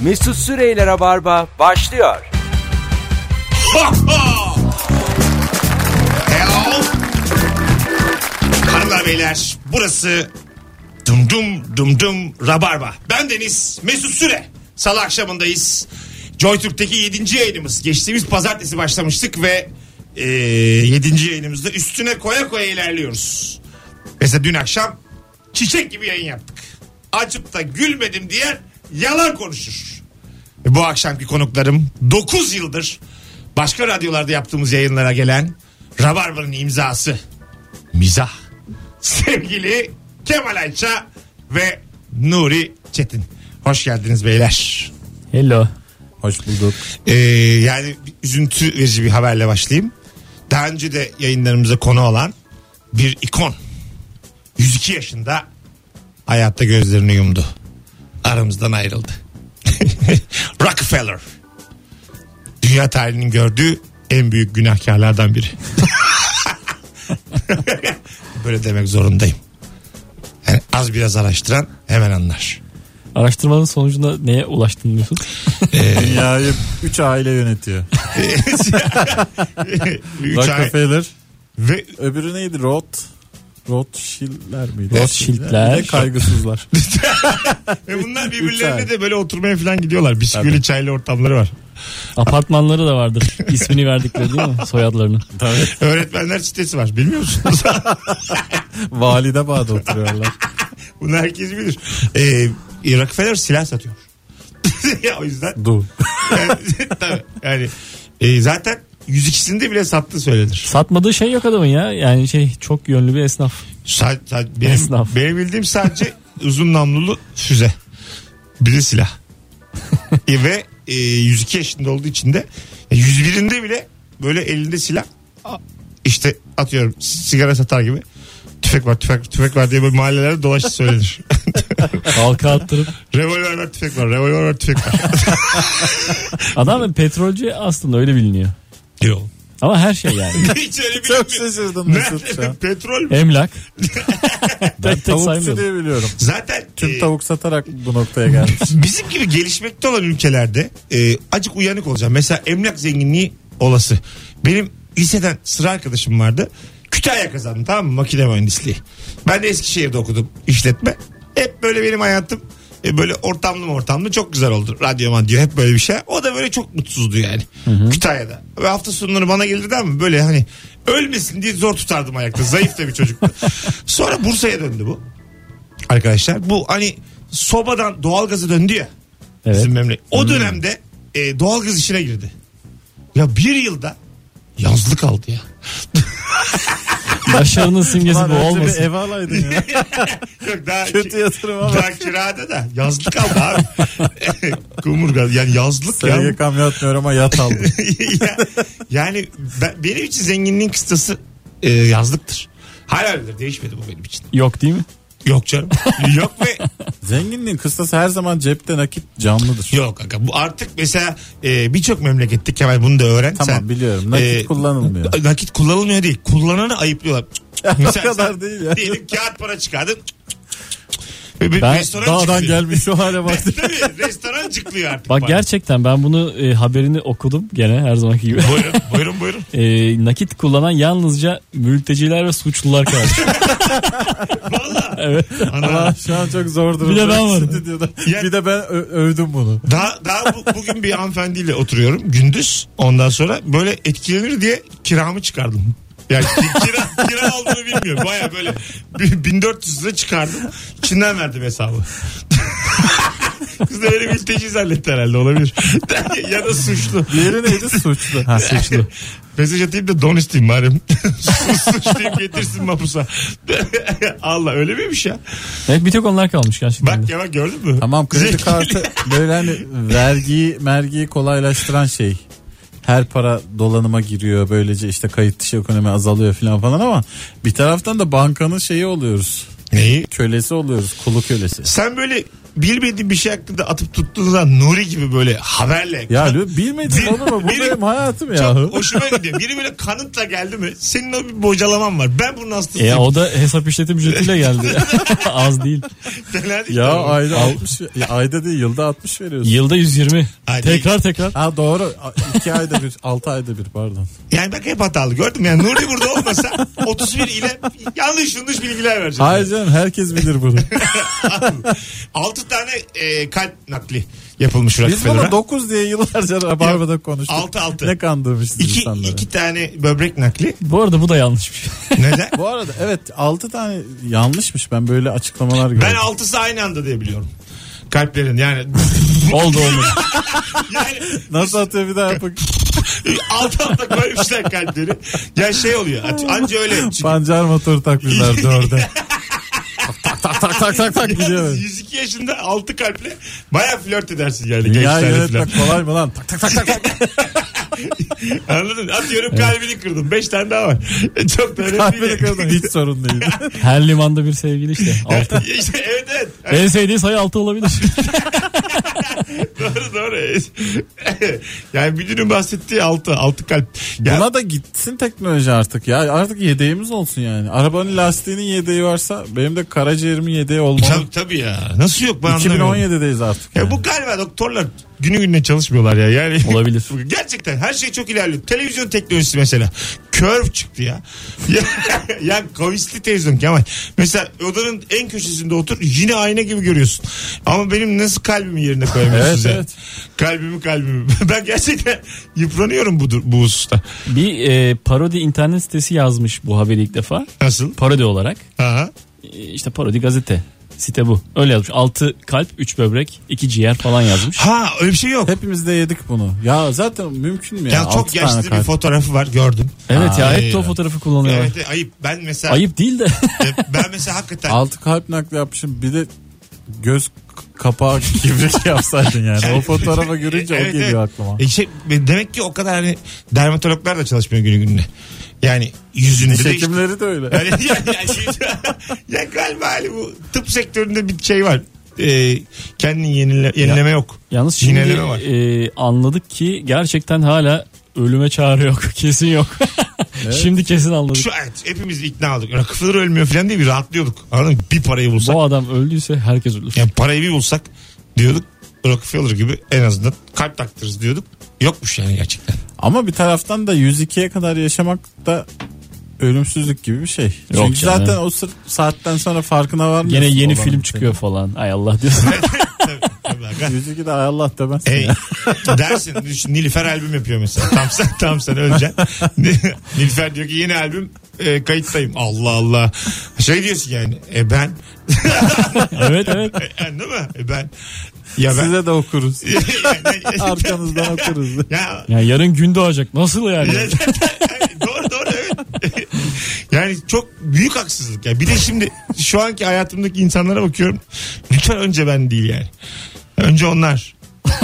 Mesut Süreyle Rabarba başlıyor. Hello. Hanımlar beyler, burası Dum Dum Dum Dum Rabarba. Ben Deniz Mesut Süre. Salı akşamındayız. JoyTürk'teki 7. yayınımız. Geçtiğimiz pazartesi başlamıştık ve 7. yayınımızda üstüne koya koya ilerliyoruz. Mesela dün akşam çiçek gibi yayın yaptık. Açıp da gülmedim diye yalan konuşur. Bu akşamki konuklarım 9 yıldır başka radyolarda yaptığımız yayınlara gelen Rabarba'nın imzası mizah. Sevgili Kemal Ayça ve Nuri Çetin. Hoş geldiniz beyler. Hello. Hoş bulduk. Yani üzüntü verici bir haberle başlayayım. Daha önce de yayınlarımıza konu olan bir ikon 102 yaşında hayatta gözlerini yumdu. Aramızdan ayrıldı. Rockefeller. Dünya tarihinin gördüğü en büyük günahkarlardan biri. Böyle demek zorundayım. Yani az biraz araştıran hemen anlar. Araştırmanın sonucunda neye ulaştın diyorsun? Dünyayı 3 aile yönetiyor. Rockefeller ve öbürü neydi? Rothschild'ler miydi? Rothschild'ler. Ve kaygısızlar. Ve bunlar birbirlerine de böyle oturmaya falan gidiyorlar. Bisküvili çaylı ortamları var. Apartmanları da vardır. İsmini verdikleri değil mi? Soyadlarını. Tabii. Öğretmenler sitesi var. Bilmiyor musunuz? Valide Bağ'da oturuyorlar. Bunu herkes bilir. Rockefeller silah satıyor. O yüzden. Tabii. Yani zaten 102'sinde bile sattığı söylenir. Satmadığı şey yok adamın ya. Yani çok yönlü bir esnaf. Benim bildiğim sadece uzun namlulu füze. Bir de silah. Ve 102 yaşında olduğu için de 101'inde bile böyle elinde silah, işte atıyorum sigara satar gibi tüfek var diye böyle mahallelerde dolaştı söylenir. Halka attırıp revolver var, tüfek var. Adam petrolcü aslında, öyle biliniyor. Yok. Ama her şey yani. Hiç öyle çok şaşırdım Mesut. Petrol mü? Emlak. Ben tavukçu diye biliyorum. Zaten tüm tavuk satarak bu noktaya gelmiş. Bizim gibi gelişmekte olan ülkelerde acık uyanık olacağım. Mesela emlak zenginliği olası. Benim liseden sıra arkadaşım vardı. Kütahya kazandı, tamam mı? Makine mühendisliği. Ben de Eskişehir'de okudum işletme. Hep böyle benim hayatım böyle ortamlı çok güzel oldu. Radyo hep böyle bir şey. O da böyle çok mutsuzdu yani. Hı-hı. Kütahya'da. Ve hafta sonları bana gelirdi ama böyle hani ölmesin diye zor tutardım ayakta. Zayıf da bir çocuktu. Sonra Bursa'ya döndü bu. Arkadaşlar bu hani sobadan doğalgaza döndü ya. Evet. Bizim memleket. O dönemde doğalgaz işine girdi. Ya bir yılda yazlık aldı ya. Başarının simgesi bu olmasın. Ev alaydın ya. Yok, daha kötü yatırım ama. Daha kirada da yazlık aldı abi. Kumurgaz yani yazlık ya. SGK'm yatmıyor ama yat aldı. Yani benim için zenginliğin kıstası yazlıktır. Hala öyledir, değişmedi bu benim için. Yok değil mi? Yok canım. Yok ve zenginliğin kıstası her zaman cepte nakit canlıdır. Yok aga, bu artık mesela birçok memlekette Kemal bunu da öğren. Tamam sen, biliyorum. Nakit kullanılmıyor. Nakit kullanılmıyor değil. Kullananı ayıplıyorlar. Mesela o kadar değil ya. Diyelim kağıt para çıkardın. Ben dağdan çıkıyor. gelmiş şu hale bak. Tabii restoran çıkıyor artık. Bak gerçekten ben bunu haberini okudum gene her zamanki gibi. Buyurun. Nakit kullanan yalnızca mülteciler ve suçlular kaldı. Valla. Evet. Ama şu an çok zor durumda. Bir de ben varım. Bir de ben övdüm bunu. Daha bugün bir hanımefendiyle oturuyorum gündüz. Ondan sonra böyle etkilenir diye kiramı çıkardım. Yani kira aldığını bilmiyorum. Baya böyle 1400 lira çıkardım. İçinden verdim hesabı. Kız da öyle mülteci zannetti herhalde, olabilir. Ya da suçlu. Diğeri neydi? Suçlu. Ha, suçlu. Mesaj atayım da don isteyeyim bari. Suçluyum getirsin mapusa. Allah, öyle miymiş ya? Evet, bir tek onlar kalmış gerçekten. Bak ya, bak gördün mü? Tamam, kredi kartı böyle hani vergiyi kolaylaştıran şey. Her para dolanıma giriyor, böylece işte kayıt dışı ekonomi azalıyor falan ama bir taraftan da bankanın şeyi oluyoruz. Neyi? Kölesi oluyoruz, kulu kölesi. Sen böyle bilmediğin bir şey hakkında atıp tuttuğunuzda Nuri gibi böyle haberle. Ya bilmedim olur mu? Bu benim hayatım ya. Çok hoşuma gidiyor. Biri böyle kanıtla geldi mi? Senin o bir bocalaman var. Ben bunun hastasıyım. O da hesap işletim ücretiyle geldi. Az değil. Fena değil Ya tabii. ayda 60 ayda değil yılda 60 veriyorsun. Yılda 120. Hadi. Tekrar. Ha doğru. 2 ayda bir 6 ayda bir pardon. Yani bak hep hatalı gördün mü? Yani Nuri burada olmasa 31 ile yanlış bilgiler verecek. Hayır canım herkes bilir bunu. 6 tane kalp nakli yapılmış Biz Rockefeller'a. bunu 9 diye yıllarca Rabarba'da konuştuk. 6. Ne kandırmışız insanları. 2 tane böbrek nakli. Bu arada bu da yanlışmış. Neden? Bu arada evet 6 tane yanlışmış, ben böyle açıklamalar gördüm. Ben 6'sı aynı anda diye biliyorum. Kalplerin yani. Oldu. Yani Nasıl atıyor bir daha yapıp alt koymuşlar kalpleri. Ya şey oluyor. Anca öyle. Çünkü pancar motoru takmışlar 4'e. tak gidiyor. 102 yaşında 6 kalple baya flört edersin yani. Dünya gençlerle yönetmek falan. kolay mı lan? Tak. Anladın mı? Atıyorum kalbini kırdım. 5 tane daha var. Çok da önemli Kalbini değil. kırdın hiç sorun değil. Her limanda bir sevgili işte. 6. İşte, evet. En sevdiği sayı 6 olabilir. Doğru. Yani müdürün bahsettiği 6 kalp. Ya, Buna da gitsin teknoloji artık ya. Artık yedeğimiz olsun yani. Arabanın lastiğinin yedeği varsa benim de karaciğerimin yedeği olmalı. tabii ya. Nasıl yok ben anlamıyorum. 2017'deyiz artık. Ya Yani. bu galiba doktorlar günü gününe çalışmıyorlar ya. Yani Olabilir. gerçekten her şey çok ilerliyor. Televizyon teknolojisi mesela. Curve çıktı ya. Ya kavisli televizyon Kemal. Mesela odanın en köşesinde otur yine ayna gibi görüyorsun. Ama benim nasıl kalbimi yerine koyamıyorsunuz Evet, ya. evet. Kalbimi. Ben gerçekten yıpranıyorum bu hususta. Bir parodi internet sitesi yazmış bu haberi ilk defa. Nasıl? Parodi olarak. Aha. İşte parodi gazete. Site bu. Öyle yazmış. 6 kalp, 3 böbrek, 2 ciğer falan yazmış. Ha öyle bir şey yok. Hepimiz de yedik bunu. Ya zaten mümkün mü ya? Ya çok 6 tane yaşlı bir kalp. fotoğrafı var gördüm. Evet ya Ay hep de o ya. fotoğrafı kullanıyorlar. Evet ayıp. Ben mesela Ayıp değil de. ben mesela hakikaten 6 kalp nakli yapmışım. Bir de göz kapağı kibrit yapsaydın yani. O fotoğrafa görünce Evet, o geliyor aklıma. Demek ki o kadar hani dermatologlar da çalışmıyor günü gününe. Yani yüzünde Diş de hekimleri de öyle. ya galiba hani bu tıp sektöründe bir şey var. Kendini yenileme yok. Yalnız şimdi Yineleme var. anladık ki gerçekten hala ölüme çare yok. Kesin yok. Şimdi kesin anladık. Evet, hepimiz ikna olduk. Rockefeller ölmüyor falan diye bir rahatlıyorduk. Anladın mı? Bir parayı bulsak. Bu adam öldüyse herkes ölür. Yani parayı bir bulsak diyorduk. Rockefeller gibi en azından kalp taktırırız diyorduk. Yokmuş yani gerçekten. Ama bir taraftan da 102'ye kadar yaşamak da ölümsüzlük gibi bir şey. Yok Çünkü canım. zaten o saatten sonra farkına varmıyorsun. Gene yeni olanın film senin. çıkıyor falan. Ay Allah diyorsun. Tabii. 102'de ay Allah demezsin ya. Dersin düşün, Nilüfer albüm yapıyor mesela. Tam sen öleceksin. Nilüfer diyor ki yeni albüm kayıttayım. Allah Allah. Şey diyorsun yani ben. evet. Değil mi? Ben. Ya ben. Size de okuruz. Yani- Arkanızdan okuruz. Ya Ya yarın gün doğacak. Nasıl yani? doğru evet. Yani çok büyük haksızlık ya. Bir de şimdi şu anki hayatımdaki insanlara bakıyorum. Lütfen önce ben değil yani. Önce onlar.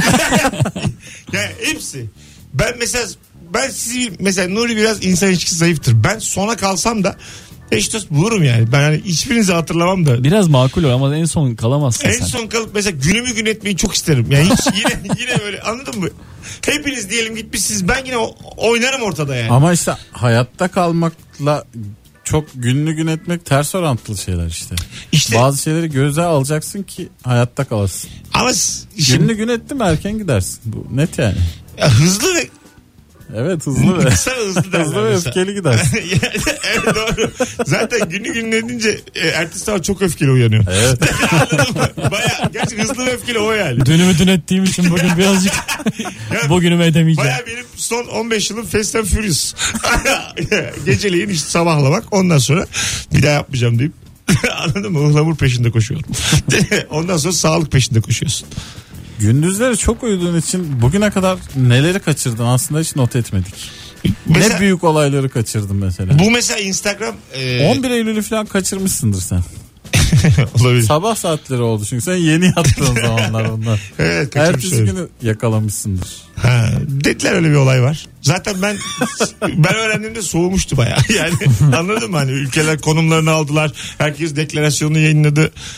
Yani hepsi. Ben sizi mesela Nuri biraz insan ilişkisi zayıftır. Ben sona kalsam da eş dost bulurum yani. Ben hani hiçbirinizi hatırlamam da. Biraz makul ol ama en son kalamazsın En sen. son kalıp mesela günümü gün etmeyi çok isterim. Yani hiç yine böyle anladın mı? Hepiniz diyelim gitmişsiniz. Ben yine oynarım ortada yani. Ama işte hayatta kalmakla çok günlü gün etmek ters orantılı şeyler işte. İşte Bazı şeyleri göze alacaksın ki hayatta kalasın. ama şimdi Günlü gün ettin mi erken gidersin. Bu net yani. hızlı ve Evet hızlı ve kısa ve hızlı derler hızlı ve mesela. öfkeli gidersin. Evet doğru. Zaten günü gününe edince ertesi sabah çok öfkeli uyanıyor. Evet. Anladın mı? Baya gerçi hızlı ve öfkeli o yani. Dünümü dün ettiğim için bugün birazcık bugünümü edemeyeceğim. Baya benim son 15 yılım Fast and Furious. Geceleyin işte sabahlamak ondan sonra bir daha yapmayacağım deyip anladın mı? Ihlamur peşinde koşuyorum. Ondan sonra sağlık peşinde koşuyorsun. Gündüzleri çok uyuduğun için bugüne kadar neleri kaçırdın aslında hiç not etmedik. Mesela, Ne büyük olayları kaçırdın mesela. bu mesela Instagram 11 Eylül'ü falan kaçırmışsındır sen. olabilir. Sabah saatleri oldu çünkü sen yeni yattığın zamanlar onlar. Evet, Ertesi kaçırmışım. günü yakalamışsındır. Ha, dediler öyle bir olay var. Zaten ben öğrendiğimde soğumuştu bayağı. Yani anladın mı? Hani ülkeler konumlarını aldılar. Herkes deklarasyonunu yayınladı.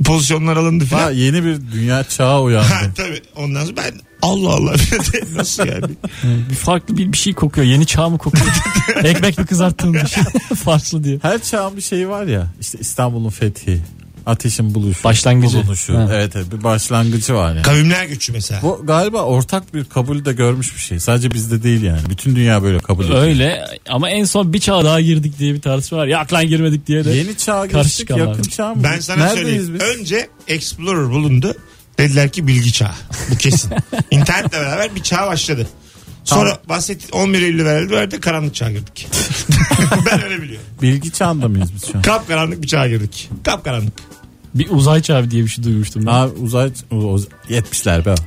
pozisyonlar alındı Ha, falan. yeni bir dünya çağı uyandı. Ha, tabii ondan sonra ben Allah Allah nasıl yani? Bir farklı bir şey kokuyor. Yeni çağ mı kokuyor? Ekmek mi kızarttığın bir şey. Farklı diye. Her çağın bir şeyi var ya. İşte İstanbul'un fethi. Ateşin buluşu. Başlangıcı. Bulunuşu. Ha. Evet, bir başlangıcı var yani. Kavimler göçü mesela. Bu galiba ortak bir kabul de görmüş bir şey. Sadece bizde değil yani. Bütün dünya böyle kabul ediyor. Öyle ama en son bir çağ daha girdik diye bir tartışma var. Yak lan girmedik diye de. Yeni çağa Karşı geçtik, çıkanlar yakın var. çağ mı? Ben sana Neredeyiz söyleyeyim. biz? Önce Explorer bulundu. Dediler ki bilgi çağı. Bu kesin. İnternetle beraber bir çağ başladı. Sonra bahsettiğim 11 Eylül verdi karanlık çağa girdik. Ben öyle biliyorum. Bilgi çağında mıyız biz şu an? Kapkaranlık bir çağa girdik. Kapkaranlık. Bir uzay çağı diye bir şey duymuştum. Ben. Abi uzay 70'ler be.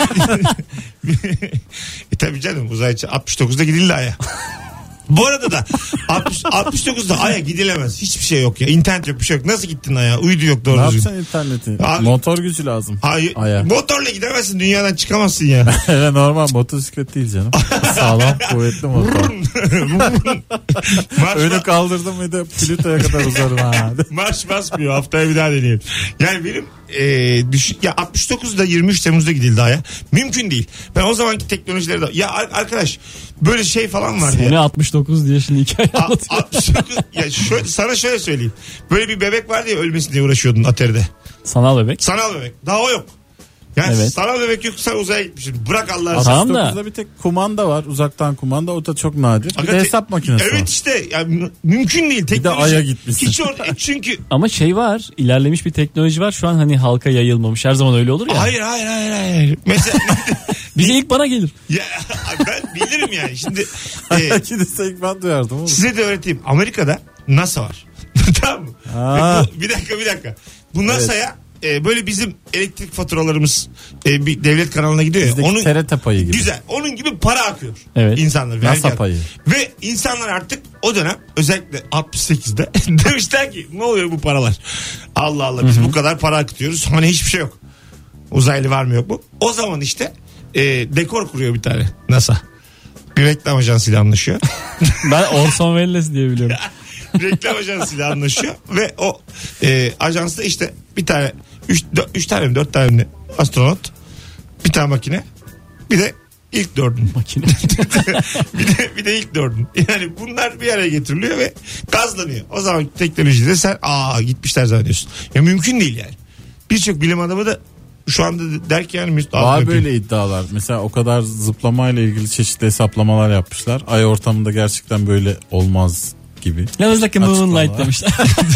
Tabii canım uzay çağı 69'da gidildi Ay'a. Bu arada da 69'da Ay'a gidilemez. Hiçbir şey yok ya. İnternet yok, bir şey yok. Nasıl gittin Ay'a? Uydu yok doğru Ne düzgün. yapacaksın interneti? Abi- Motor gücü lazım. Hayır. Aya. Motorla gidemezsin. Dünyadan çıkamazsın ya. Evet, normal motosiklet değil canım. Sağlam kuvvetli motor. Marş, Öyle kaldırdım mıydı Plüto'ya kadar uzarım ha. marş basmıyor. Haftaya bir daha deneyelim. Yani benim düşün ya 69'da 23 Temmuz'da gidildi Ay'a. Mümkün değil. Ben o zamanki teknolojileri de ya arkadaş böyle şey falan var Sene ya. 69 diye şimdi hikaye anlatıyor. 69 ya sana şöyle söyleyeyim. Böyle bir bebek vardı ya ölmesin diye uğraşıyordun aterde. Sanal bebek. Sanal bebek. Daha o yok. Yani Evet. sanal bebek yoksa uzaya gitmişsin. Bırak Allah'ını. Tamam da. 69'da bir tek kumanda var. Uzaktan kumanda. O da çok nadir. Bir de Hakikaten- hesap makinesi Evet var. işte yani mümkün değil. Teknoloji. Ay'a gitmişsin. Hiç orada çünkü Ama şey var, ilerlemiş bir teknoloji var. Şu an hani halka yayılmamış. Her zaman öyle olur ya. hayır. Mesela Bize ilk bana gelir. ya ben bilirim yani. Şimdi Belki de segment duyardım oğlum. size de öğreteyim. Amerika'da NASA var. Tamam mı? Aa. Bir dakika. Bu NASA'ya böyle bizim elektrik faturalarımız bir devlet kanalına gidiyor ya. Bizdeki Onun TRT payı gibi. güzel. Onun gibi para akıyor. Evet. İnsanlar. NASA vergi payı. Ve insanlar artık o dönem özellikle 68'de demişler ki ne oluyor bu paralar? Allah Allah biz bu kadar para akıtıyoruz. Hani hiçbir şey yok. Uzaylı var mı yok mu? O zaman işte dekor kuruyor bir tane NASA. Bir reklam ajansıyla anlaşıyor. Ben Orson Welles diye biliyorum. Reklam ajansıyla anlaşıyor ve o ajansta işte bir tane 3 tane mi 4 tane mi astronot, bir tane makine, bir de ilk dördün. Makine. bir de ilk dördün. Yani bunlar bir araya getiriliyor ve gazlanıyor. O zaman teknolojide sen gitmişler zannediyorsun. Ya mümkün değil yani. Birçok bilim adamı da şu anda der ki yani Mesut abi Var yapayım. böyle iddialar. Mesela o kadar zıplamayla ilgili çeşitli hesaplamalar yapmışlar. Ay ortamında gerçekten böyle olmaz gibi. Yalnız like a moonlight Açıklama. demişler.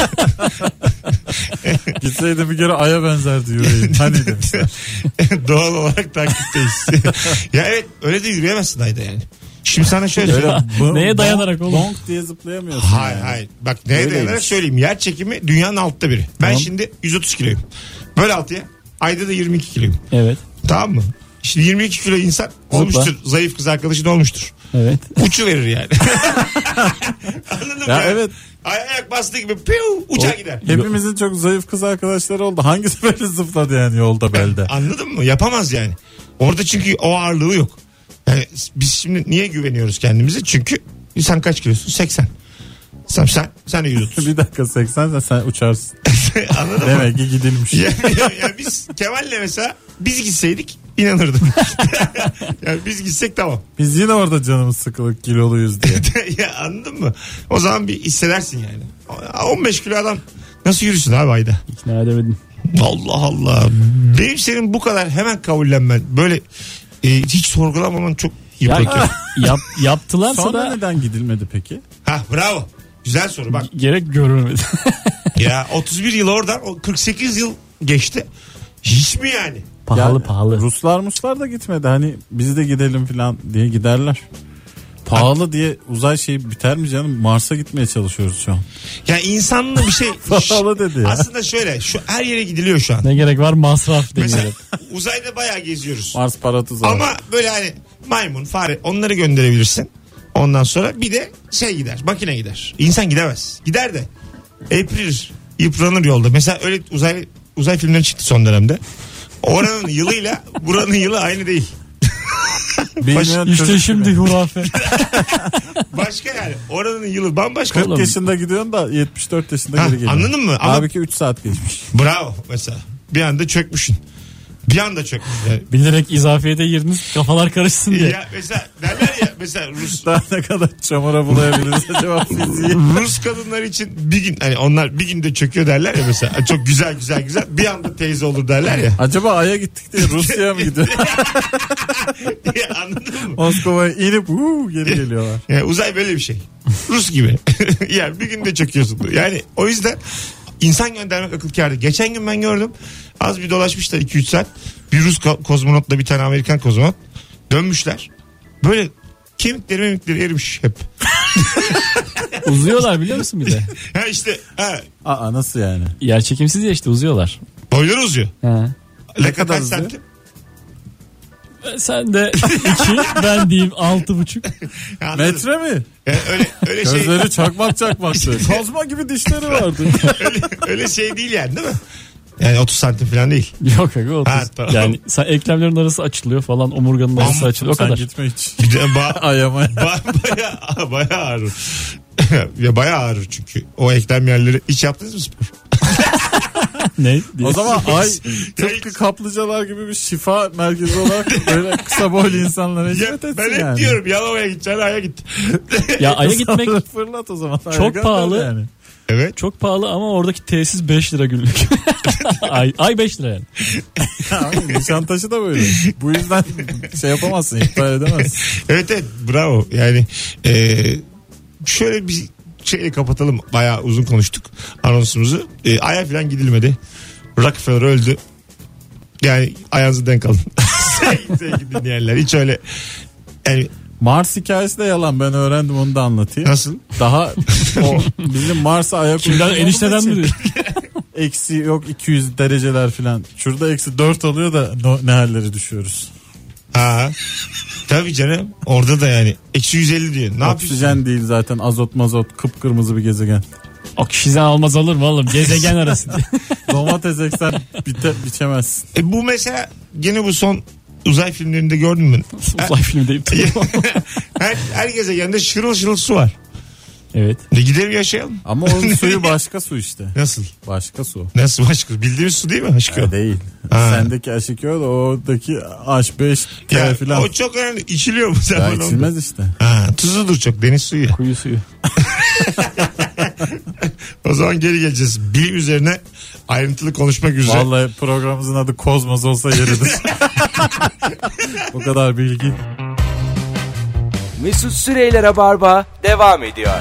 Gitseydi bir kere Ay'a benzerdi yüreğim. Hani demişler. Doğal olarak takipteyiz. Ya evet öyle de yürüyemezsin ayda yani. Şimdi sana şöyle Öyle söyleyeyim. Neye dayanarak oğlum? Bonk diye zıplayamıyorsun. Hayır yani. hayır. Bak neye Öyleymiş. dayanarak söyleyeyim. Yer çekimi dünyanın altta biri. Ben Tamam. şimdi 130 kiloyum. Böyle altıya. Ayda da 22 kiloyum. Evet. Tamam mı? Şimdi 22 kilo insan olmuştur. Zayıf kız arkadaşın olmuştur. Evet. Uçu verir yani. Anladın mı? Ya evet. Ayak bastığı gibi piu, uçağa gider. Hepimizin çok zayıf kız arkadaşları oldu. Hangisi böyle zıpladı yani yolda belde? Anladın mı? Yapamaz yani. Orada çünkü o ağırlığı yok. Yani biz şimdi niye güveniyoruz kendimize? Çünkü sen kaç kilosun? 80. Sen de 130. Bir dakika 80 sen uçarsın. Anladın mı? Demek ki gidilmiş. ya biz Kemal'le mesela biz gitseydik inanırdım. Yani biz gitsek tamam. Biz yine orada canımız sıkılık kiloluyuz diye. Ya anladın mı? O zaman bir hissedersin yani. 15 kilo adam nasıl yürüsün abi ayda? İkna edemedim. Allah Allah. Benim senin bu kadar hemen kabullenmen böyle hiç sorgulamaman çok yıpratıyor. Yaptılarsa Sonra da neden gidilmedi peki? Ha bravo. Güzel soru bak. gerek görülmedi. Ya 31 yıl oradan 48 yıl geçti. Hiç mi yani? pahalı Ya, pahalı. Ruslar da gitmedi. Hani biz de gidelim falan diye giderler. Pahalı diye uzay şeyi biter mi canım? Mars'a gitmeye çalışıyoruz şu an. Ya insanlı bir şey. Pahalı dedi ya. Aslında şöyle şu her yere gidiliyor şu an. Ne gerek var masraf Mesela deniyor. uzayda bayağı geziyoruz. Mars para tuzağı. Ama böyle hani maymun, fare onları gönderebilirsin. Ondan sonra bir de şey gider, makine gider. İnsan gidemez. Gider de epririr, yıpranır yolda. Mesela öyle uzay filmleri çıktı son dönemde. Oranın yılıyla buranın yılı aynı değil. Bilmeyen İşte çocuk şimdi gibi. hurafe. Başka yani. Oranın yılı bambaşka. 40 yaşında gidiyorsun da 74 yaşında Ha, geri geliyorsun. anladın mı? Ama- Halbuki 3 saat geçmiş. Bravo mesela. Bir anda çökmüşsün. Bir anda çökmüş. Yani. Bilerek izafiyete girdiniz kafalar karışsın diye. Ya mesela derler ya mesela Rus Daha ne kadar çamura bulayabiliriz acaba fiziği? Rus kadınlar için bir gün hani onlar bir günde çöküyor derler ya mesela. Çok güzel bir anda teyze olur derler ya. Acaba Ay'a gittik diye Rusya'ya mı gidiyor? Anladın mı? Moskova'ya inip geri geliyorlar. Yani uzay böyle bir şey. Rus gibi. Yani bir günde çöküyorsun. Yani o yüzden insan göndermek akıl kârı. Geçen gün ben gördüm. Az bir dolaşmışlar 2-3 saat. Bir Rus kozmonotla bir tane Amerikan kozmonot. Dönmüşler. Böyle kemikleri erimiş hep. Uzuyorlar biliyor musun bir de? Ha işte Aa nasıl yani? Yerçekimsiz ya işte uzuyorlar. boyları uzuyor. Ha. Ne kadar kadar uzuyor? santim? Sen de 2 ben diyeyim 6,5. Anladın? Metre mi? Yani öyle şey Gözleri çakmaktı. Kozma gibi dişleri vardı. öyle şey değil yani değil mi? Yani 30 santim falan değil. Yok yok 30. Ha, tamam. Yani sen eklemlerin arası açılıyor falan omurganın arası Ama açılıyor o Sen kadar. gitme hiç. Bir de Ayamaya. bayağı ağrır. Ya bayağı ağrır çünkü. O eklem yerleri hiç yaptınız mı spor? Ne? Diye. O zaman Ay Ya tıpkı kaplıcalar gibi bir şifa merkezi olarak böyle kısa boylu insanlara Ya hizmet etsin ben hep yani. diyorum Yalova'ya gideceksin Ay'a git. Ya Ay'a gitmek Fırlat o zaman. Ay'a çok gönder pahalı. Yani. Evet. çok pahalı ama oradaki tesis 5 lira günlük. ay 5 lira yani. Abi, Nişantaşı da böyle. Bu yüzden şey yapamazsın, iptal edemezsin. Evet bravo. Yani şöyle bir şeyle kapatalım. Bayağı uzun konuştuk anonsumuzu. Ay'a falan gidilmedi. Rockefeller öldü. Yani ayağınızı denk alın. Sevgili dinleyenler. Hiç öyle yani Mars hikayesi de yalan, ben öğrendim, onu da anlatayım. nasıl? Daha o bizim Mars'a ayak Kimden uydurmamız enişteden için mi diyor? Eksi yok 200 dereceler falan. Şurada eksi 4 oluyor da ne hallere düşüyoruz. Ha. Tabii canım. Orada da yani. Eksi 150 diyor. Ne yapıyorsun? Oksijen değil zaten, azot mazot, kıpkırmızı bir gezegen. Oksijen almaz olur mu oğlum? Gezegen arası. Domates eksen biçemezsin. Bu mesela gene bu son uzay filmlerinde gördün mü? Uzay filmi deyip duruyor. her gezegende şırıl şırıl su var. Evet. Gidelim yaşayalım. Ama onun suyu başka su işte. Nasıl? Başka su. Nasıl başka? Bildiğimiz su değil mi? Aşkı. Değil. Ha. Sendeki H2O da oradaki H5 Ya, falan. o çok önemli. İçiliyor mu sen Ya bana içilmez işte. Ha, tuzludur çok. Deniz suyu. ya. Kuyu suyu. O zaman geri geleceğiz. Bilim üzerine ayrıntılı konuşmak üzere. Vallahi programımızın adı Kozmos olsa yeridir. O kadar bilgi. Mesut Süreyler'e barba devam ediyor.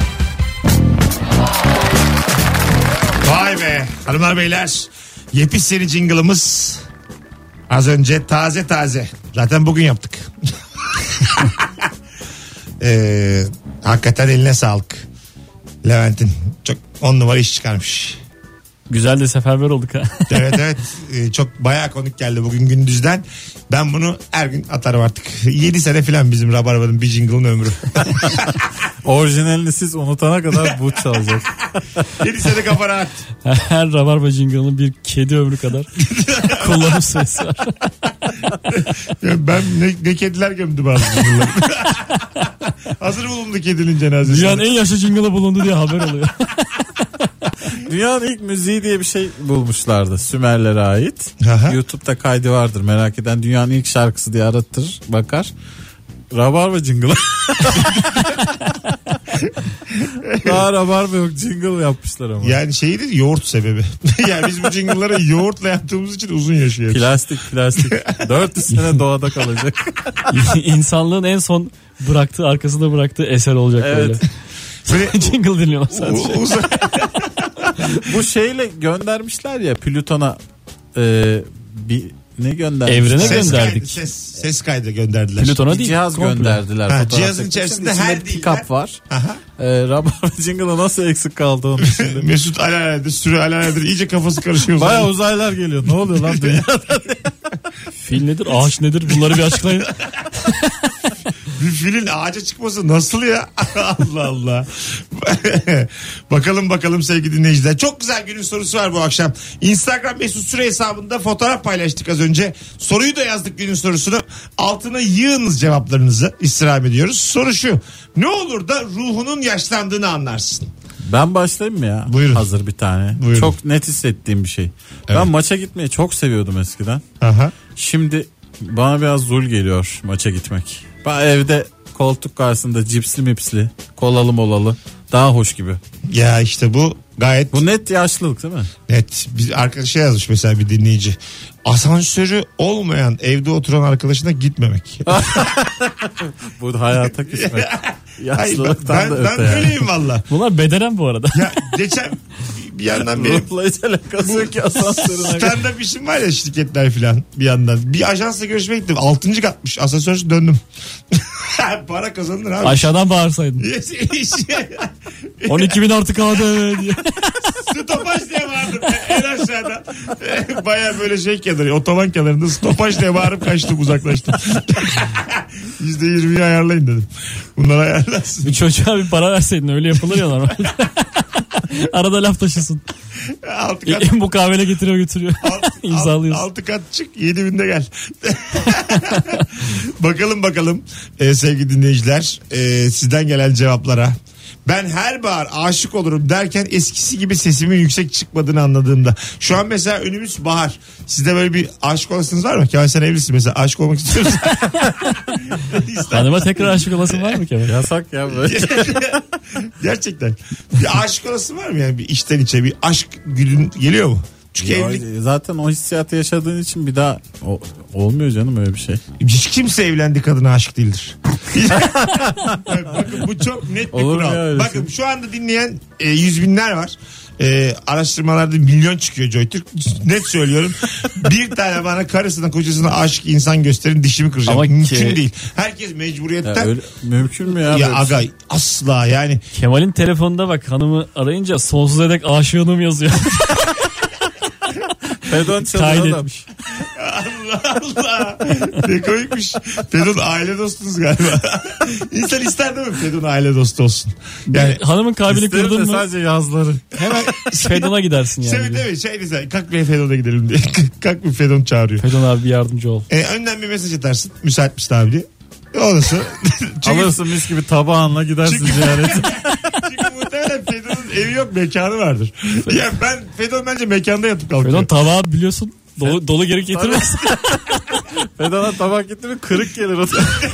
Vay be. Hanımlar beyler. Yepyeni jingle'ımız az önce taze. Zaten bugün yaptık. Hakikaten eline sağlık. Levent'in çok 10 numara iş çıkarmış. Güzel de seferber olduk ha. Evet. Çok bayağı konuk geldi bugün gündüzden. Ben bunu her gün atarım artık. 7 sene falan bizim Rabarba'nın bir jingle'ın ömrü. Orijinalini siz unutana kadar bu çalacak. 7 sene kafa rahat. Her rabarba jingle'ın bir kedi ömrü kadar kullanım süresi var. Ya ben ne kediler gömdü bazı jingle'ları. Hazır bulundu kedinin cenazesi. Dünyanın en yaşlı jingle'ı bulundu diye haber oluyor. Dünyanın ilk müziği diye bir şey bulmuşlardı, Sümerlere ait. Aha. YouTube'da kaydı vardır, merak eden dünyanın ilk şarkısı diye aratır bakar. Rabarba jingle. Daha rabarba yok, jingle yapmışlar ama. Yani şeydi yoğurt sebebi. Yani biz bu jingle'ları yoğurtla yaptığımız için uzun yaşıyoruz. Plastik 400 sene doğada kalacak. İnsanlığın en son bıraktığı, arkasında bıraktığı eser olacak Evet. böyle. Böyle Jingle dinliyorlar sadece. Bu şeyle göndermişler ya Plüton'a bir ne göndermişler? Evrene ses gönderdik. kaydı, ses kaydı gönderdiler. Plüton'a Bir değil. cihaz komple. gönderdiler. Ha, fotoğraf cihazın çekmek için. içerisinde İçinde her bir değil, pick-up var. Aha. Rabarba jingle'ı nasıl eksik kaldı onun içinde? Mesut alaledir, sürü alaledir. İyice kafası karışıyor. Baya uzaylılar geliyor. Ne oluyor lan dünyada? Fil nedir? Ağaç nedir? Bunları bir açıklayın. Bir filin ağaca çıkması nasıl ya? Allah Allah. Bakalım sevgili dinleyiciler. Çok güzel günün sorusu var bu akşam. Instagram Mesut Süre hesabında fotoğraf paylaştık az önce. Soruyu da yazdık günün sorusunu. Altına yığınız cevaplarınızı istirham ediyoruz. Soru şu. Ne olur da ruhunun yaşlandığını anlarsın? Ben başlayayım mı ya? Buyurun. Hazır bir tane. Buyurun. Çok net hissettiğim bir şey. Evet. Ben maça gitmeyi çok seviyordum eskiden. Aha. Şimdi bana biraz zul geliyor maça gitmek. Ben evde koltuk karşısında cipsli mipsli, kolalı molalı daha hoş gibi. Ya işte bu gayet Bu net yaşlılık değil mi? net. Bir arkadaşa yazmış mesela bir dinleyici. Asansörü olmayan evde oturan arkadaşına gitmemek. Bu hayata küsmek. Hayır, Yaşlılıktan da ben öte yani. böyleyim valla. Bunlar bedenen bu arada. Ya geçen bir yandan benim Ruhla hiç alakası yok ki asansörüne. stand-up işim var ya, şirketler filan bir yandan. Bir ajansla görüşmeye gittim. 6. katmış asansörsüz döndüm. Para kazanılır abi. Aşağıdan bağırsaydın. 12.000 artık ADV diye. Stopaj diye bağırdım en aşağıda. Baya böyle şey kenarı, otoban kenarında stopaj diye bağırıp kaçtım, uzaklaştım. %20'yi ayarlayın dedim. Bunlar ayarlansın. Bir çocuğa bir para verseydin, öyle yapılır ya normalde. Arada laf taşısın. 6 kat. Mukavele getiriyor götürüyor. İmzalıyorsun. 6 kat çık, 7.000'de gel. Bakalım sevgili dinleyiciler, sizden gelen cevaplara. Ben her bahar aşık olurum derken eskisi gibi sesimin yüksek çıkmadığını anladığımda. Şu an mesela önümüz bahar. Sizde böyle bir aşık olasınız var mı? Kemal, sen evlisin mesela, aşık olmak istiyorsun. Hanıma tekrar aşık olasın var mı Kemal? Yasak ya böyle. Gerçekten. Bir aşık olasın var mı yani, bir içten içe bir aşk gülün geliyor mu? Çünkü evlilik... Zaten o hissiyatı yaşadığın için bir daha olmuyor canım öyle bir şey. Hiç kimse evlendi kadına aşık değildir. Bakın bu çok net bir Olur kural. ya, bakın şu anda dinleyen yüz binler var. Araştırmalarda milyon çıkıyor JoyTürk. Net söylüyorum. Bir tane bana karısına kocasına aşık insan gösterin, dişimi kıracağım. Ama mümkün değil. Herkes mecburiyetten. Ya öyle, mümkün mü ya? Ya böyle bir aga şey? asla yani. Kemal'in telefonunda bak, hanımı arayınca sonsuza dek aşığınım yazıyor. Fedon çalıyor adam. Kaydetmiş. Allah. Ne koymuş. Fedon aile dostunuz galiba. İnsan ister değil mi Fedon aile dostu olsun? Yani Hanımın kalbini İsterim kırdın de mı sadece yazları. hemen Fedon'a gidersin yani. evet evet, şey desen, kalk bir Fedon'a gidelim diye. Kalk bir Fedon çağırıyor. Fedon abi bir yardımcı ol. Önden bir mesaj atarsın. Müsait misin abi diye. Orası. Çünkü, Alırsın mis gibi tabağınla gidersin Çünkü- ziyarete. çünkü muhtemelen Fedon'un evi yok, mekanı vardır. Ya ben Fedon bence mekanda yatıp kalkıyor. Fedon tabağı biliyorsun dolu geri getirmez. Fedon'a tabak gitti mi kırık gelir o.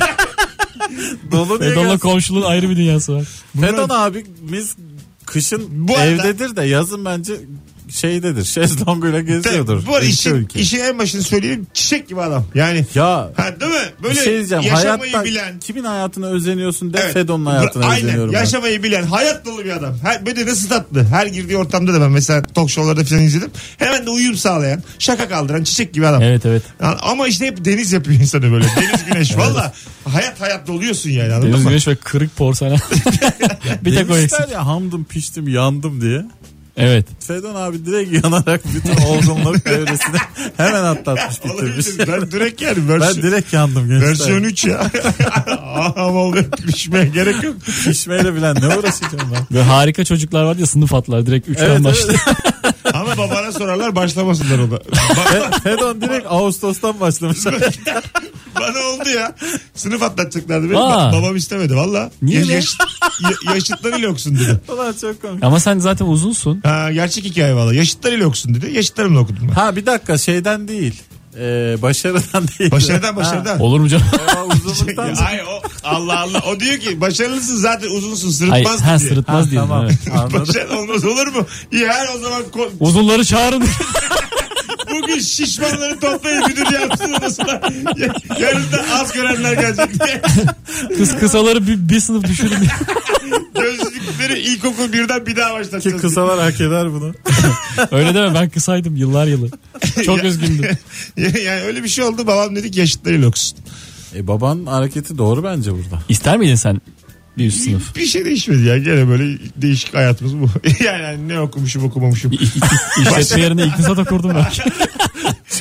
Dolu diye Fedon'la gelsin. komşuluğun ayrı bir dünyası var. Fedon abimiz kışın Bu arada- evdedir de yazın bence şeydedir. Şezlonguyla geziyordur. Bu arada Ülke. işin en başını söyleyeyim. Çiçek gibi adam. Yani Ya ha, değil mi? bir Böyle şey diyeceğim. yaşamayı Hayatta bilen. kimin hayatına özeniyorsun de Evet. Fedon'un hayatına Aynen. özeniyorum. ben. Yaşamayı bilen, hayat dolu bir adam. Böyle nasıl tatlı. Her girdiği ortamda da ben mesela talk show'larda falan izledim. Hemen de uyum sağlayan, şaka kaldıran çiçek gibi adam. Evet. Yani ama işte hep deniz yapıyor insanı böyle. Deniz güneş. Valla hayat doluyorsun yani, anladın Deniz mı? güneş ve kırık porselen. Bir tek o eksik. Demişler ya hamdım piştim yandım diye. Evet. Fedon abi direkt yanarak bütün olgunluk devresini hemen atlatmış bitirmiş. Olabilir. Ben direkt yani Ben direkt yandım gençler. versiyon 3 ya. Ama oluyor, pişmeye gerek yok. Pişmeyle bilen ne uğraşacağım ben. Ve harika çocuklar var ya, sınıf atlar direkt 3'ten Evet, başlıyor. Ama babana sorarlar, başlamasınlar o da. Fedon direkt Ağustos'tan başlamış. Bana oldu ya. Sınıf atlatacaklardı beni. Aa. Babam istemedi valla. Niye be? Yaşıtlarıyla okusun dedi. Ulan çok komik. Ama sen zaten uzunsun. Ha, gerçek hikaye valla. Yaşıtlarıyla okusun dedi. Yaşıtlarımla okudum ben. Ha bir dakika şeyden değil. Başarıdan değil. Başarıdan. Olur mu canım? Ha, uzunluktan. Ay o Allah Allah. O diyor ki başarılısın zaten, uzunsun, Ay, sırıtmaz diye. sırıtmaz diye. Tamam. Evet. Anladım. Başarılı olmaz olur mu? İyi, her o zaman Uzunları çağırın. bugün şişmanları toplayın, müdür yapsın odasına. Yarın da az görenler gelecek diye. Kısaları bir sınıf düşürün. Gözlükleri ilkokul 1'den bir daha Ki başlatacağız. kısalar hak eder bunu. Öyle deme, ben kısaydım yıllar yılı. Çok üzgündüm. Yani öyle bir şey oldu, babam dedi ki yaşıtlarıyla okusun. Babanın hareketi doğru bence burada. İster miydin sen bir üst sınıf? Bir şey değişmedi ya, gene böyle değişik hayatımız bu. Yani ne okumuşum okumamışım. İşletme yerine iktisat okurdum belki.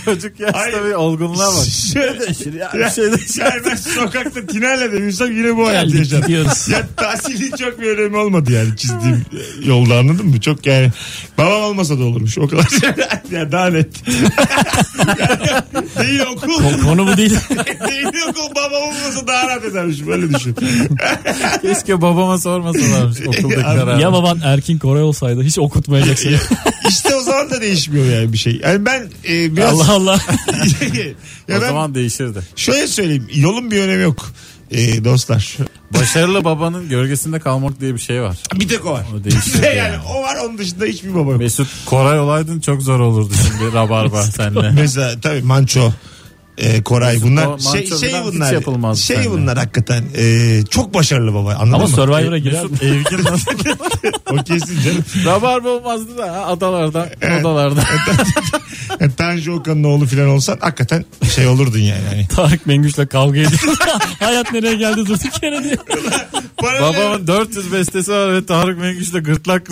Çocuk yaşta Hayır. bir olgunluğa bak. Şöyle, Bir şey değişir. yani ben sokakta Tiner'le de büyüsem yine bu hayatı Geldik yaşarım. gidiyoruz. Ya tahsilin çok bir önemi olmadı yani çizdiğim yolda, anladın mı? Çok yani babam olmasa da olurmuş o kadar. Yani daha net. Yani değil okul. Konu bu değil. Değil okul, babam olmasa daha rahat edermiş, böyle düşün. Keşke babama sormasalarmış okuldakiler. Ya baban Erkin Koray olsaydı hiç okutmayacak seni. İşte o zaman da değişmiyor yani bir şey. Yani ben biraz... Allah Allah. Ya O ben zaman değişirdi. şöyle söyleyeyim, yolun bir önemi yok dostlar. Başarılı babanın gölgesinde kalmak diye bir şey var. Bir tek o var. O değişir yani yani. o var, onun dışında hiçbir baba yok. Mesut Koray olaydın çok zor olurdu şimdi Rabarba seninle. Mesela tabii Manço, Koray, bunlar Manço şey falan hiç bunlar. yapılmaz Şey seninle. bunlar hakikaten çok başarılı baba, anladın Ama mı? Survivor'a girer. Mesut Evgin nasıl? O kesin canım. Rabarba olmazdı da adalarda, odalarda. Yani Tanju Okan'ın oğlu falan olsan hakikaten şey olurdun yani. Tarık Mengüç'le kavga ediyor. Hayat nereye geldi durduk yere diye. Babamın 400 bestesi var ve Tarık Mengüç'le gırtlak.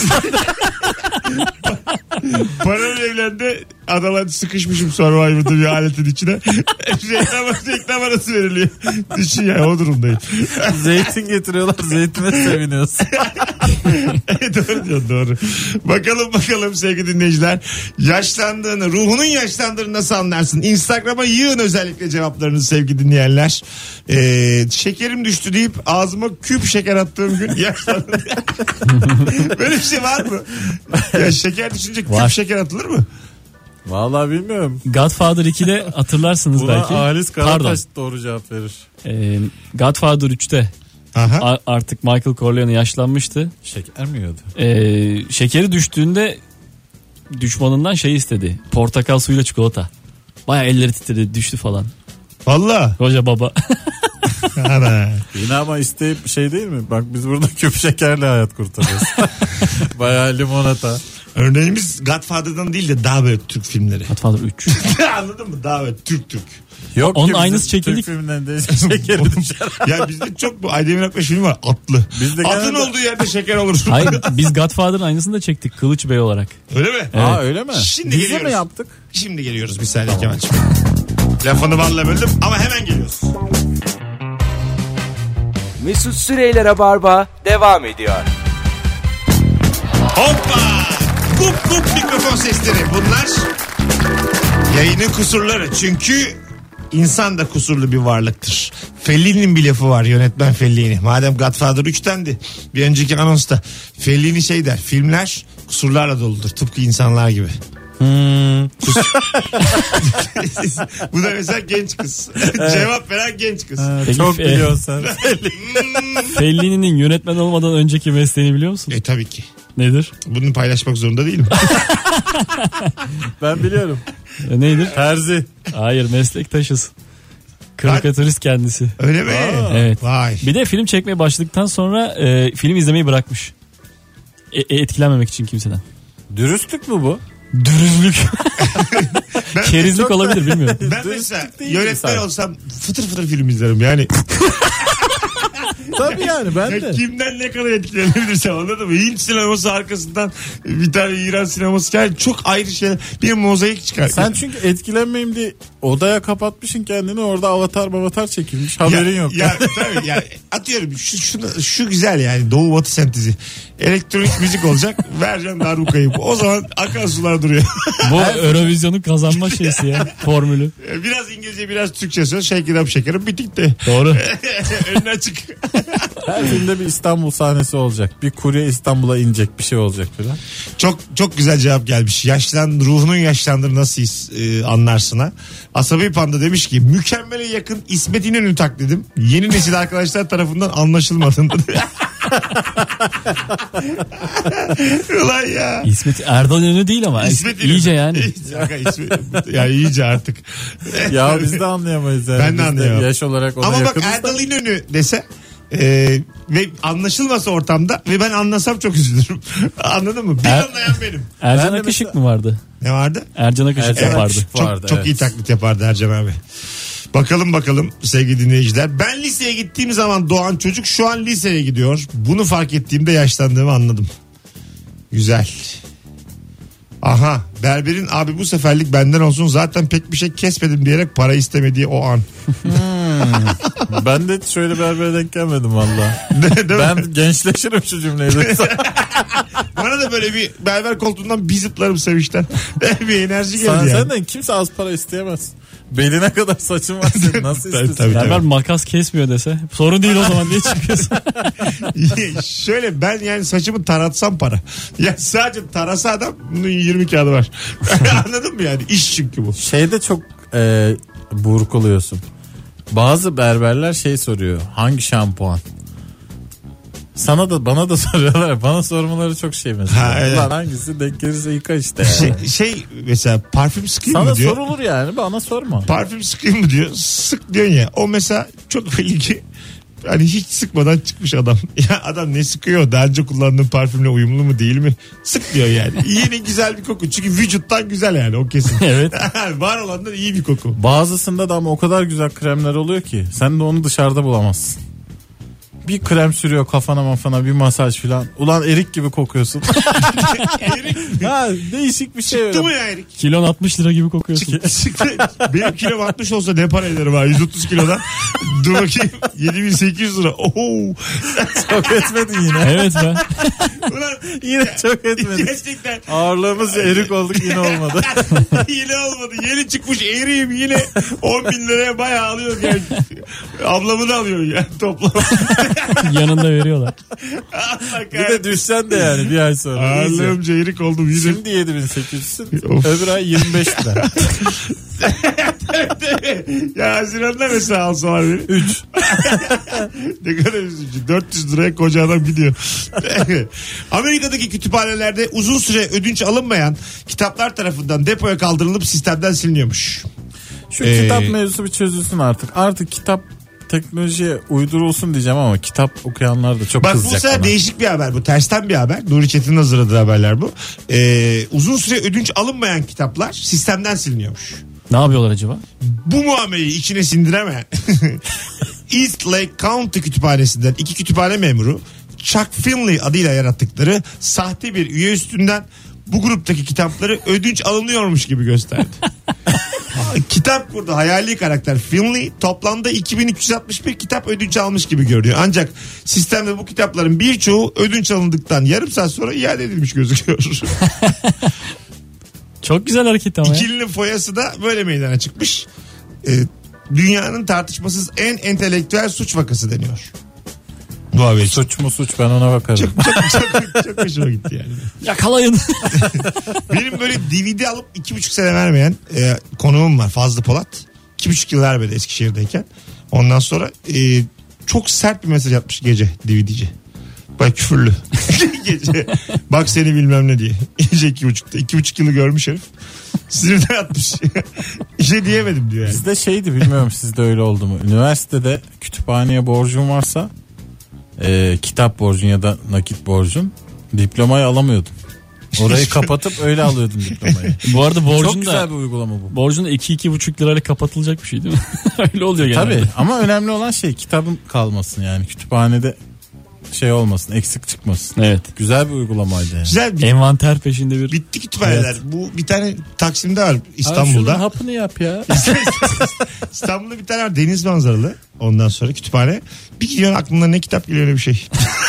Paralel evlendi, adalar sıkışmışım Survivor'da bir aletin içine. reklam arası veriliyor. Düşün yani, o durumdayım. Zeytin getiriyorlar, zeytine seviniyorsun. Doğru diyorsun, doğru. Bakalım sevgili dinleyiciler. Yaşlandığını, ruhunun yaşlandığını nasıl anlarsın? Instagram'a yığın özellikle cevaplarınızı sevgili dinleyenler. Şekerim düştü deyip ağzıma küp şeker attığım gün yaşlandım. Böyle bir şey var mı? Ya şeker düşünce küp Var. şeker atılır mı? Vallahi bilmiyorum. Godfather 2'de hatırlarsınız Buna belki. Halis Pardon. Karataş doğru cevap verir. Godfather 3'te Aha. artık Michael Corleone yaşlanmıştı. Şeker mi yiyordu? Şekeri düştüğünde düşmanından şey istedi. Portakal suyuyla çikolata. Baya elleri titredi, düştü falan. Valla. Koca baba. Ana. Yine ama isteyip şey değil mi? Bak biz burada küp şekerle hayat kurtarıyoruz. Bayağı limonata. Örneğimiz Godfather'dan değil de daha böyle Türk filmleri. Godfather 3. Anladın mı? Daha böyle Türk. Yok Onun ki bizim aynısı çekildik. Türk filminden de şekeri düşer. Ya bizde çok bu Aydemir Akbaş filmi var, Atlı. Bizde Atın genelde- olduğu yerde şeker olur. Hayır, biz Godfather'ın aynısını da çektik Kılıç Bey olarak. Öyle mi? Aa öyle mi? Şimdi Dizi geliyoruz. mi yaptık? Şimdi geliyoruz bir saniye Kemal'cim. Lafını balla böldüm ama hemen geliyoruz. Mesut Süreyler'e barba devam ediyor. Hoppa! Kup kup mikrofon sesleri. Bunlar yayının kusurları. Çünkü insan da kusurlu bir varlıktır. Fellini'nin bir lafı var, yönetmen Fellini. Madem Godfather 3'tendi. Bir önceki anonsta Fellini şey der. Filmler kusurlarla doludur. Tıpkı insanlar gibi. Bu da mesela genç kız. Cevap veren genç kız. Peki, Çok biliyorsun sen. Fellini'nin yönetmen olmadan önceki mesleğini biliyor musun? Tabii ki. Nedir? Bunu paylaşmak zorunda değilim. Ben biliyorum. Nedir? Terzi. Hayır, meslektaşız. Karikatürist kendisi. Öyle mi? Evet. Vay. Bir de film çekmeye başladıktan sonra film izlemeyi bırakmış. Etkilenmemek için kimseden. Dürüstlük mü bu? Dürüstlük. Ben, Kerizlik olabilir, bilmiyorum. ben Dürüstlük mesela değil yönetmen insan. olsam fıtır fıtır film izlerim yani. Tabii yani ben Ya de. kimden ne kadar etkilenebilirsem, anladın mı? Hint sineması arkasından bir tane İran sineması, yani çok ayrı şeyler. Bir mozaik çıkar. Sen çünkü etkilenmeyeyim diye odaya kapatmışsın kendini, orada avatar çekilmiş haberin yok. Ya tabii ya, atıyorum şu güzel yani, Doğu Batı sentezi. Elektronik müzik olacak. Vereceğim darbukayı. O zaman akan sular duruyor. Bu Eurovision'un kazanma şeysi ya, formülü. Biraz İngilizce biraz Türkçe söz. Shake it up şekerim, bitik de. Doğru. Önüne açık. Her filmde bir İstanbul sahnesi olacak. Bir kurye İstanbul'a inecek, bir şey olacak falan. Çok güzel cevap gelmiş. Ruhunun yaşlandığını nasıl anlarsın ha? Asabi Panda demiş ki mükemmele yakın İsmet İnönü taklidim. Yeni nesil arkadaşlar tarafından anlaşılmadığında. Ulan ya. İsmet Erdoğan önü değil ama. İsmet İnönü. İyice yani. Ya iyice artık. Ya biz de anlayamayız yani. Ben de Biz anlayamam. Yaş olarak ona Ama bak yakınız da. Erdal İnönü dese ve anlaşılmasa ortamda ve ben anlasam çok üzülürüm. Anladın mı? Bir anlayan benim. Ercan Ben de Akışık mesela- mı vardı? Ne vardı? Ercan Akışık Ercan yapardı. Akışık. Vardı, Çok evet. iyi taklit yapardı Ercan abi. Bakalım sevgili dinleyiciler. Ben liseye gittiğim zaman doğan çocuk şu an liseye gidiyor. Bunu fark ettiğimde yaşlandığımı anladım. Güzel. Aha, Berberin abi bu seferlik benden olsun zaten pek bir şey kesmedim diyerek para istemediği o an. Ben de şöyle berbere denk gelmedim valla. Değil mi? Ben gençleşirim şu cümleyi. Bana da böyle bir berber koltuğundan bir zıplarım sevinçten. Bir enerji geldi yani. Senden kimse az para isteyemez. Beline kadar saçın var senin. Nasıl Tabii, istiyorsun? tabii. Berber makas kesmiyor dese sorun değil o zaman diye çıkıyorsun. Şöyle ben yani saçımı taratsam para. Ya sadece tarasa adam bunun 20 kağıdı var. Anladın mı yani? İş çünkü bu. Şeyde çok buruk oluyorsun. Bazı berberler şey soruyor. Hangi şampuan? Sana da bana da soruyorlar. Bana sormaları çok şey mesela. Ha, evet. Ulan hangisi denk gelirse yıka işte. Yani. Şey mesela parfüm sıkayım Sana mı diyor. sorulur yani, bana sorma. Parfüm sıkayım mı diyor. Sık diyorsun ya. O mesela çok belli ki hani hiç sıkmadan çıkmış adam. Ya adam ne sıkıyor? Daha önce kullandığın parfümle uyumlu mu değil mi? Sık diyor yani. Yeni güzel bir koku. Çünkü vücuttan güzel yani o kesin. Evet. Var olandan iyi bir koku. Bazısında da ama o kadar güzel kremler oluyor ki sen de onu dışarıda bulamazsın. Bir krem sürüyor kafana mafana, bir masaj filan. Ulan erik gibi kokuyorsun. Erik Ha, değişik bir şey. çıktı mı ya Erik? Kilon 60 lira gibi kokuyorsun. Çıktı. Benim kilom 60 olsa ne para ederim ha? 130 kilodan. Dur bakayım. 7800 lira. Oho. Çok etmedin yine. Evet be. Ulan Yine çok etmedin. gerçekten Ağırlığımız erik olduk, yine olmadı. yine olmadı. Yeni çıkmış eğriyim yine 10 bin liraya bayağı alıyor yani. Ablamı da alıyor yani toplam. Yanında veriyorlar. Bir de düşsen de yani bir ay sonra. Ağırlığımca eğrik oldum yine. Şimdi 7.800'sün. Of. Öbür ay 25 lira. Ya Haziran'da mesela alsalar beni. 3. Ne kadar üzücü. 400 liraya koca adam gidiyor. Amerika'daki kütüphanelerde uzun süre ödünç alınmayan kitaplar tarafından depoya kaldırılıp sistemden siliniyormuş. Şu kitap mevzusu bir çözülsün artık. Artık kitap teknolojiye uydurulsun diyeceğim ama kitap okuyanlar da çok Bak bu kızacak sefer bana. değişik bir haber bu. Tersten bir haber. Nuri Çetin'in hazırladığı haberler bu. Uzun süre ödünç alınmayan kitaplar sistemden siliniyormuş. Ne yapıyorlar acaba? Bu muameleyi içine sindiremeyen East Lake County kütüphanesinden 2 kütüphane memuru Chuck Finley adıyla yarattıkları sahte bir üye üstünden bu gruptaki kitapları ödünç alınıyormuş gibi gösterdi. Kitap kurdu hayali karakter Finley toplamda 2361 kitap ödünç almış gibi görünüyor. Ancak sistemde bu kitapların birçoğu ödünç alındıktan yarım saat sonra iade edilmiş gözüküyor. Çok güzel hareket ama ya. İkilinin foyası da böyle meydana çıkmış. Dünyanın tartışmasız en entelektüel suç vakası deniyor. Bu haber için. Suç mu suç, ben ona bakarım. Çok hoşuma gitti yani. Yakalayın. Benim böyle DVD alıp 2,5 sene vermeyen konuğum var Fazlı Polat. 2,5 yıl vermedi Eskişehir'deyken. Ondan sonra çok sert bir mesaj atmış gece DVD'ci. Bak küfürlü. Gece. Bak seni bilmem ne diye. Gece 2,5'ta. 2,5 yılı görmüş herif. Sinirden atmış. İşe diyemedim diyor yani. Bizde şeydi, bilmiyorum sizde öyle oldu mu? Üniversitede kütüphaneye borcun varsa kitap borcun ya da nakit borcun, diplomayı alamıyordun. Orayı kapatıp öyle alıyordun diplomayı. Bu arada Çok borcun güzel da bir uygulama bu. borcun da 2-2,5 lirayla kapatılacak bir şey değil mi? Öyle oluyor genelde. Tabii ama önemli olan şey kitabın kalmasın yani. Kütüphanede şey olmasın, eksik çıkmasın. Evet. Güzel bir uygulamaydı yani. Güzel bir Envanter peşinde bir. bitti kütüphaneler. Evet. Bu bir tane Taksim'de var Abi şunun İstanbul'da. hapını yap ya. İstanbul'da bir tane var deniz manzaralı. Ondan sonra kütüphane. Bir gidiyorsun aklına ne kitap geliyor ne bir şey.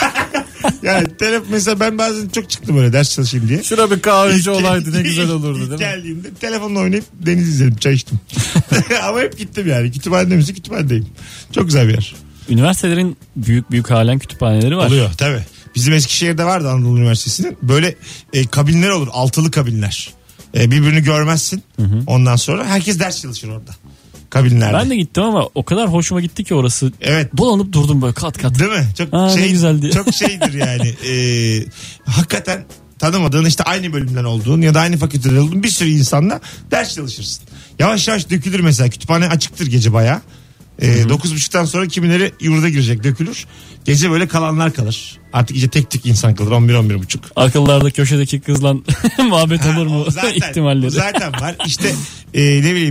Yani mesela ben bazen çok çıktım öyle ders çalışayım diye. Şuna bir kahveci İlk- olaydı ne güzel olurdu ilk değil mi? geldiğimde telefonla oynayıp deniz izledim çay içtim. Ama hep gittim yani. Kütüphanede misin? Kütüphanedeyim. Çok güzel bir yer. Üniversitelerin büyük halen kütüphaneleri var. Oluyor tabii. Bizim Eskişehir'de vardı Anadolu Üniversitesi'nin. Böyle kabinler olur. Altılı kabinler. Birbirini görmezsin. Ondan sonra herkes ders çalışır orada. Kabinlerde. Ben de gittim ama o kadar hoşuma gitti ki orası. Evet. Dolanıp durdum böyle kat kat. Değil mi? Çok Ne güzel diye. Çok şeydir yani. Hakikaten tanımadığın işte aynı bölümden olduğun ya da aynı fakülteden olduğun bir sürü insanla ders çalışırsın. Yavaş yavaş dökülür mesela. Kütüphane açıktır gece bayağı. 9.30'dan sonra kimileri yurda girecek dökülür. Gece böyle kalanlar kalır. Artık iyice tek insan kalır 11-11.30. Akıllarda köşedeki kızla muhabbet olur mu O zaten, ihtimalleri. o zaten var. İşte ne bileyim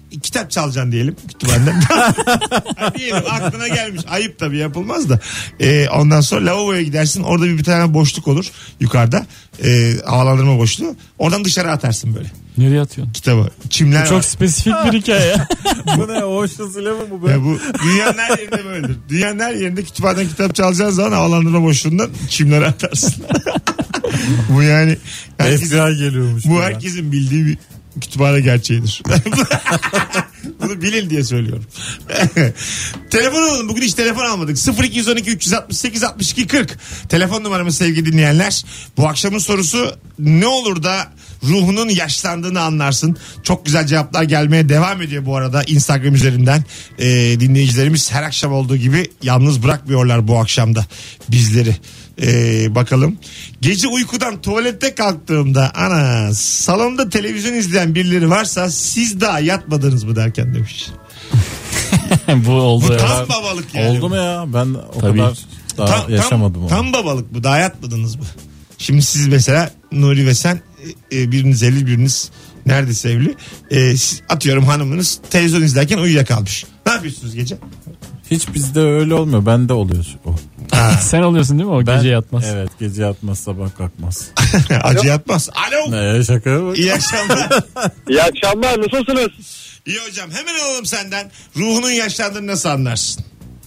kitap çalacaksın diyelim kütüphaneden. Diyelim aklına gelmiş. Ayıp tabii, yapılmaz da. Ondan sonra lavaboya gidersin. Orada bir tane boşluk olur yukarıda. Havalandırma boşluğu. Oradan dışarı atarsın böyle. Nereye atıyorsun? Kitabı. Çimler Çok var. spesifik bir hikaye. Bu ne? Ocean's Eleven bu be. Ya bu dünyanın her yerinde böyledir. Dünyanın her yerinde kütüphaneden kitap çalacağın zaman havalandırma boşluğundan çimlere atarsın. Bu yani FBI geliyormuş. bu buna. herkesin bildiği bir kütüphane gerçeğidir. Bunu bilin diye söylüyorum. Telefon alalım. Bugün hiç telefon almadık. 0212 368 62 40. Telefon numaramız sevgili dinleyenler. Bu akşamın sorusu, ne olur da ruhunun yaşlandığını anlarsın. Çok güzel cevaplar gelmeye devam ediyor bu arada Instagram üzerinden. Dinleyicilerimiz her akşam olduğu gibi yalnız bırakmıyorlar bu akşamda bizleri. Bakalım. Gece uykudan tuvalette kalktığımda ana salonda televizyon izleyen birileri varsa siz daha yatmadınız mı derken demiş. Bu oldu. Bu ya. tam babalık yani. Oldu mu ya? Ben o Tabii. kadar daha yaşamadım onu. Tam babalık bu. Daha yatmadınız mı? Şimdi siz mesela Nuri ve sen biriniz evli, biriniz neredeyse evli. Siz, atıyorum hanımınız televizyon izlerken uyuyakalmış. Ne yapıyorsunuz gece? Hiç bizde öyle olmuyor. Bende oluyor o. Sen oluyorsun değil mi o Ben, gece yatmaz? Evet, gece yatmaz, sabah kalkmaz. Acı yatmaz. Alo. Ne şaka bak. İyi akşamlar. İyi akşamlar, nasılsınız? İyi hocam, hemen alalım senden. Ruhunun yaşlandığını nasıl anlarsın?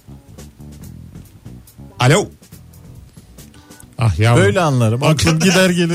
Alo. Ah yavrum. Böyle anlarım. Aklım gider gelir.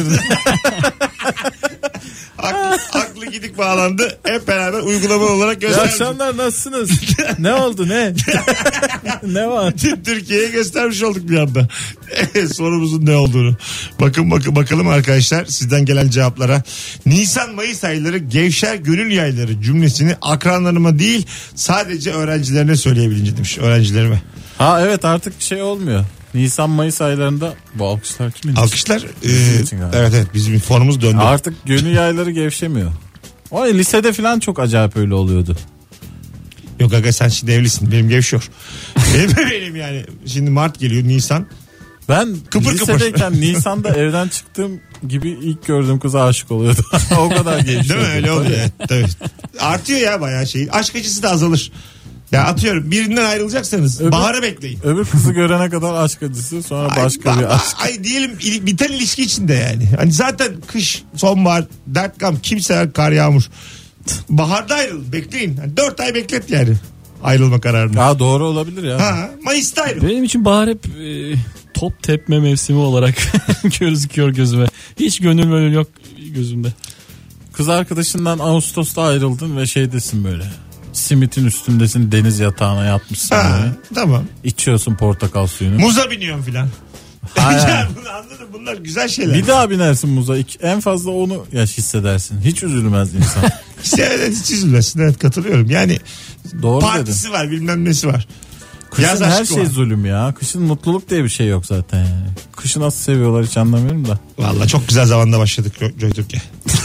Aklı gidik bağlandı. Hep beraber uygulamalı olarak İyi göstermiş. akşamlar, nasılsınız? Ne oldu ne? Ne var? Tüm Türkiye'ye göstermiş olduk bir anda. Sorumuzun ne olduğunu. Bakalım arkadaşlar sizden gelen cevaplara. Nisan-Mayıs ayları gevşer gönül yayları cümlesini akranlarıma değil sadece öğrencilerine söyleyebilince demiş. Öğrencilerime. Ha evet, artık şey olmuyor. Nisan-Mayıs aylarında bu alkışlar kimin? Alkışlar. Bizim için galiba. Evet bizim formumuz döndü. Artık gönül yayları gevşemiyor. O lisede falan çok acayip öyle oluyordu. Yok aga sen şimdi evlisin. Benim gevşiyor. benim yani. Şimdi Mart geliyor, Nisan. Ben Kıpır lisedeyken Nisan'da evden çıktığım gibi ilk gördüğüm kıza aşık oluyordum. O kadar gevşiyordu. Değil mi? Öyle oluyor. Evet, tabii. Artıyor ya bayağı şey. Aşk acısı da azalır. Ya atıyorum birinden ayrılacaksanız baharı bekleyin. Öbür kızı görene kadar aşk acısı, sonra başka bir aşk. Ay diyelim biten ilişki içinde yani. Hani zaten kış, sonbahar, dert gam, kimse kar yağmur. Baharda ayrılın, bekleyin. Yani 4 ay beklet yani ayrılma kararını. Ya doğru olabilir ya. Ha, Mayıs'ta ayrıl. Benim için bahar hep top tepme mevsimi olarak gözüküyor gözüme. Hiç gönül yok gözümde. Kız arkadaşından Ağustos'ta ayrıldın ve şeydesin böyle. Simitin üstündesin, deniz yatağına yatmışsın. Ha, böyle. tamam. İçiyorsun portakal suyunu. Muza biniyorum filan. Ya bunu anladım, bunlar güzel şeyler. Bir daha binersin muza. En fazla onu hissedersin. Hiç üzülmez insan. Evet, hiç üzülmesin, evet katılıyorum. Yani Doğru dedin. partisi var, bilmem nesi var. Kışın Yaz her aşkı şey var. zulüm ya. Kışın mutluluk diye bir şey yok zaten yani. Kışı nasıl seviyorlar hiç anlamıyorum da. Vallahi çok güzel zamanda başladık Joy Türkiye.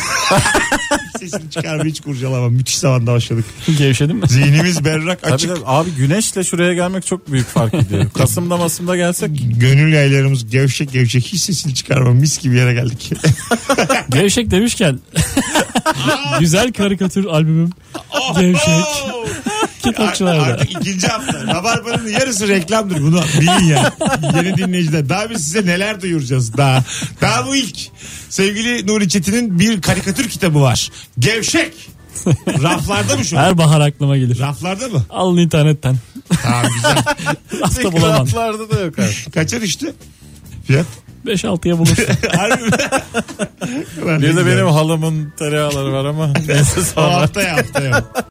Sesini çıkarma, hiç kurcalama. Müthiş zamanda başladık. Gevşedin mi? Zihnimiz berrak, Tabii açık. tabii. Abi güneşle şuraya gelmek çok büyük fark ediyor. Kasım'da Masım'da gelsek. Gönül yaylarımız gevşek gevşek, hiç sesini çıkarma. Mis gibi yere geldik. Gevşek demişken güzel karikatür albümüm Gevşek. Kitapçılarda. Artık ikinci hafta. Rabarba'nın yarısı reklamdır, bunu bilin ya. Yeni dinleyiciler. Daha biz size neler duyuracağız daha. Daha bu ilk. Sevgili Nuri Çetin'in bir karikatür kitabı var. Gevşek. Raflarda mı şu an? Her bahar aklıma gelir. Raflarda mı? Alın internetten. Tamam güzel. Hafta bulamam. Kağıtlarda da yok artık. Kaça düştü? Fiyat? 5-6'ya bulursun. Harbi mi? Ulan ne Bir de güzel. benim halamın tereyağları var ama neyse O sonra. haftaya.